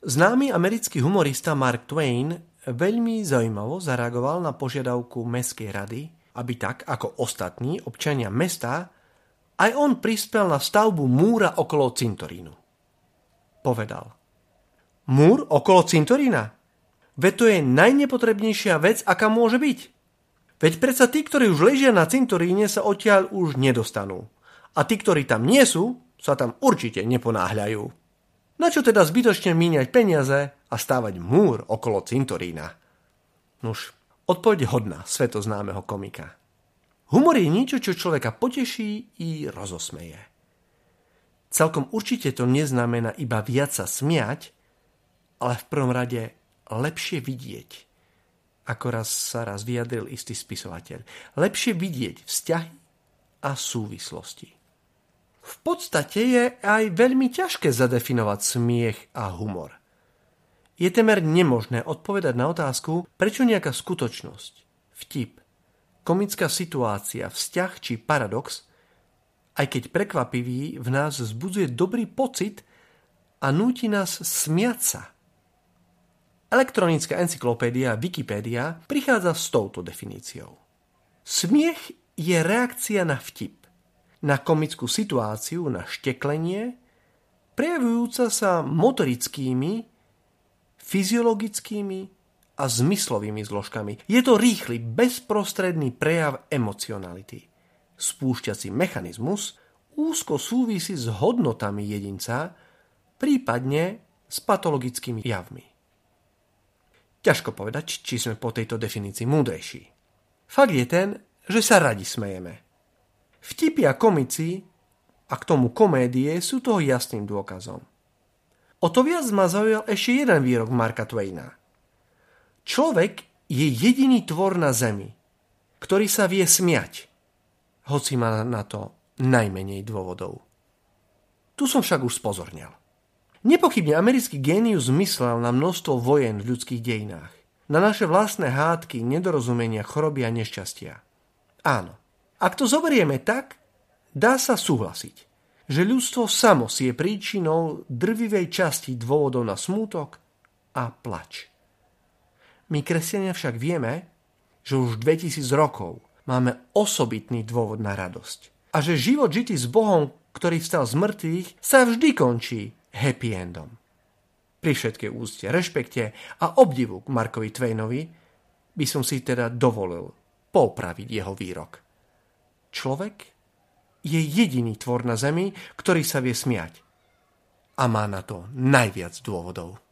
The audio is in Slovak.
Známy americký humorista Mark Twain veľmi zaujímavo zareagoval na požiadavku Mestskej rady, aby tak ako ostatní občania mesta aj on prispel na stavbu múra okolo cintorínu. Povedal: Múr okolo cintorína? Veď to je najnepotrebnejšia vec, aká môže byť. Veď predsa tí, ktorí už ležia na cintoríne, sa odtiaľ už nedostanú. A tí, ktorí tam nie sú, sa tam určite neponáhľajú. Načo teda zbytočne míňať peniaze a stávať múr okolo cintorína? Nuž, odpoveď hodná svetoznámeho komika. Humor je niečo, čo človeka poteší i rozosmeje. Celkom určite to neznamená iba viac sa smiať, ale v prvom rade lepšie vidieť. Ako sa raz vyjadril istý spisovateľ. Lepšie vidieť vzťahy a súvislosti. V podstate je aj veľmi ťažké zadefinovať smiech a humor. Je temer nemožné odpovedať na otázku, prečo nejaká skutočnosť, vtip, komická situácia, vzťah či paradox, aj keď prekvapivý, v nás vzbudzuje dobrý pocit a núti nás smiať sa. Elektronická encyklopédia Wikipédia prichádza s touto definíciou. Smiech je reakcia na vtip, na komickú situáciu, na šteklenie, prejavujúca sa motorickými, fyziologickými a zmyslovými zložkami. Je to rýchly, bezprostredný prejav emocionality. Spúšťací mechanizmus úzko súvisí s hodnotami jedinca, prípadne s patologickými javmi. Ťažko povedať, či sme po tejto definícii múdrejší. Fakt je ten, že sa radi smejeme. Vtipy a komici, a k tomu komédie, sú toho jasným dôkazom. O to viac ma zaujal ešte jeden výrok Marka Twaina. Človek je jediný tvor na zemi, ktorý sa vie smiať, hoci má na to najmenej dôvodov. Tu som však už spozornil. Nepochybne americký génius myslel na množstvo vojen v ľudských dejinách, na naše vlastné hádky, nedorozumenia, choroby a nešťastia. Áno, ak to zoberieme tak, dá sa súhlasiť, že ľudstvo samo si je príčinou drvivej časti dôvodov na smútok a plač. My, kresťania, však vieme, že už 2000 rokov máme osobitný dôvod na radosť. A že život žitý s Bohom, ktorý vstal z mŕtvych, sa vždy končí happy endom. Pri všetkej úcte, rešpekte a obdivu k Markovi Twainovi by som si teda dovolil popraviť jeho výrok. Človek je jediný tvor na zemi, ktorý sa vie smiať. A má na to najviac dôvodov.